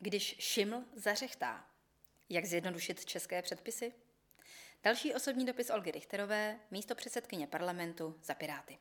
Když šiml zařechtá. Jak zjednodušit české předpisy? Další osobní dopis Olgy Richterové, místopředsedkyně parlamentu za Piráty.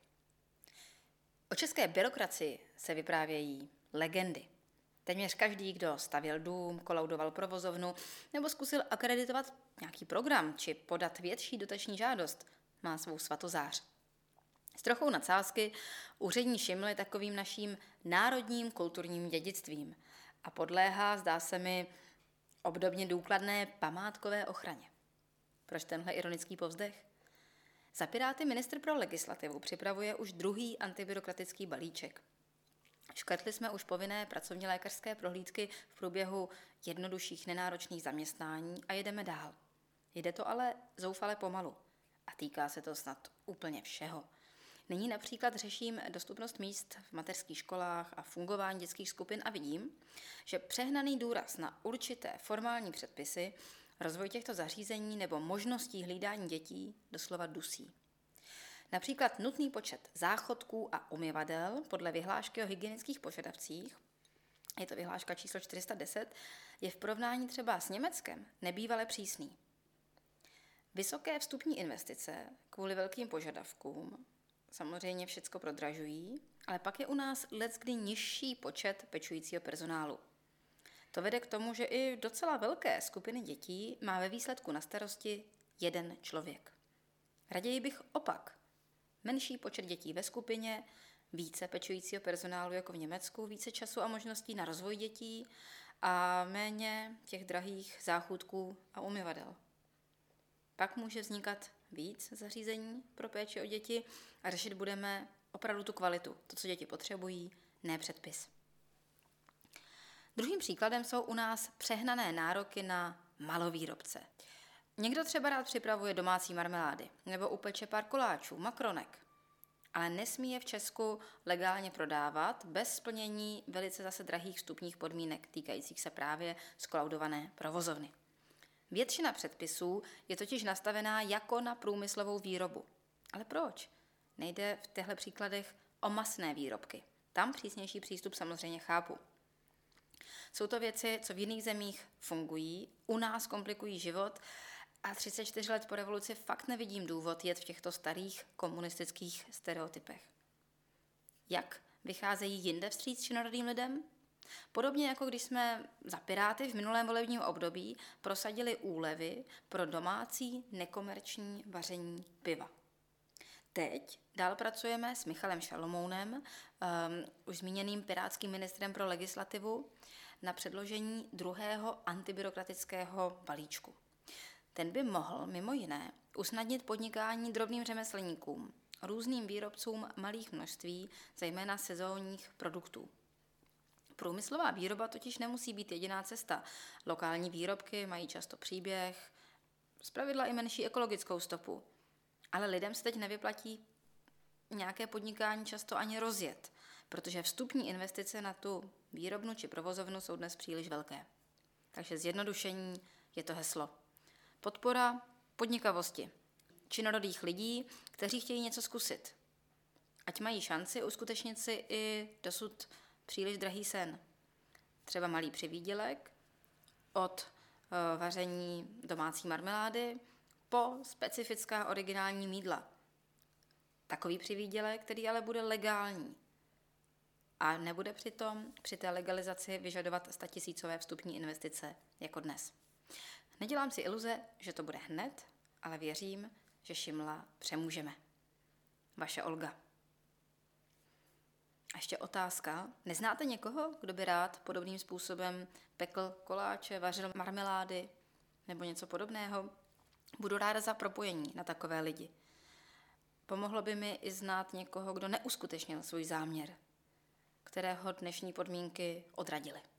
O české byrokracii se vyprávějí legendy. Téměř každý, kdo stavěl dům, kolaudoval provozovnu nebo zkusil akreditovat nějaký program či podat větší dotační žádost, má svou svatozář. S trochou nadsázky úřední šiml je takovým naším národním kulturním dědictvím a podléhá, zdá se mi, obdobně důkladné památkové ochraně. Proč tenhle ironický povzdech? Za Piráty ministr pro legislativu připravuje už druhý antibyrokratický balíček. Škrtli jsme už povinné pracovně lékařské prohlídky v průběhu jednodušších nenáročných zaměstnání a jedeme dál. Jde to ale zoufale pomalu a týká se to snad úplně všeho. Nyní například řeším dostupnost míst v mateřských školách a fungování dětských skupin a vidím, že přehnaný důraz na určité formální předpisy rozvoj těchto zařízení nebo možností hlídání dětí doslova dusí. Například nutný počet záchodků a umyvadel podle vyhlášky o hygienických požadavcích, je to vyhláška číslo 410, je v porovnání třeba s Německem nebývale přísný. Vysoké vstupní investice kvůli velkým požadavkům samozřejmě všecko prodražují, ale pak je u nás leckdy nižší počet pečujícího personálu. To vede k tomu, že i docela velké skupiny dětí má ve výsledku na starosti jeden člověk. Raději bych opak. Menší počet dětí ve skupině, více pečujícího personálu jako v Německu, více času a možností na rozvoj dětí a méně těch drahých záchodků a umyvadel. Pak může vznikat víc zařízení pro péči o děti a řešit budeme opravdu tu kvalitu, to, co děti potřebují, ne předpis. Druhým příkladem jsou u nás přehnané nároky na malovýrobce. Někdo třeba rád připravuje domácí marmelády nebo upeče pár koláčů, makronek, ale nesmí je v Česku legálně prodávat bez splnění velice zase drahých vstupních podmínek týkajících se právě skolaudované provozovny. Většina předpisů je totiž nastavená jako na průmyslovou výrobu. Ale proč? Nejde v těchto příkladech o masné výrobky. Tam přísnější přístup samozřejmě chápu. Jsou to věci, co v jiných zemích fungují, u nás komplikují život a 34 let po revoluci fakt nevidím důvod jet v těchto starých komunistických stereotypech. Jak vycházejí jinde vstříc činorodým lidem? Podobně jako když jsme za Piráty v minulém volebním období prosadili úlevy pro domácí nekomerční vaření piva. Teď dál pracujeme s Michalem Šalomounem, už zmíněným pirátským ministrem pro legislativu, na předložení druhého antibyrokratického balíčku. Ten by mohl mimo jiné usnadnit podnikání drobným řemeslníkům, různým výrobcům malých množství, zejména sezónních produktů. Průmyslová výroba totiž nemusí být jediná cesta. Lokální výrobky mají často příběh, zpravidla i menší ekologickou stopu. Ale lidem se teď nevyplatí nějaké podnikání často ani rozjet, protože vstupní investice na tu výrobnu či provozovnu jsou dnes příliš velké. Takže zjednodušení je to heslo. Podpora podnikavosti, činorodých lidí, kteří chtějí něco zkusit. Ať mají šanci uskutečnit si i dosud příliš drahý sen. Třeba malý přivýdělek od vaření domácí marmelády po specifická originální mýdla. Takový přivýdělek, který ale bude legální a nebude přitom při té legalizaci vyžadovat statisícové vstupní investice jako dnes. Nedělám si iluze, že to bude hned, ale věřím, že šimla přemůžeme. Vaše Olga. A ještě otázka. Neznáte někoho, kdo by rád podobným způsobem pekl koláče, vařil marmelády nebo něco podobného? Budu ráda za propojení na takové lidi. Pomohlo by mi i znát někoho, kdo neuskutečnil svůj záměr, kterého dnešní podmínky odradily.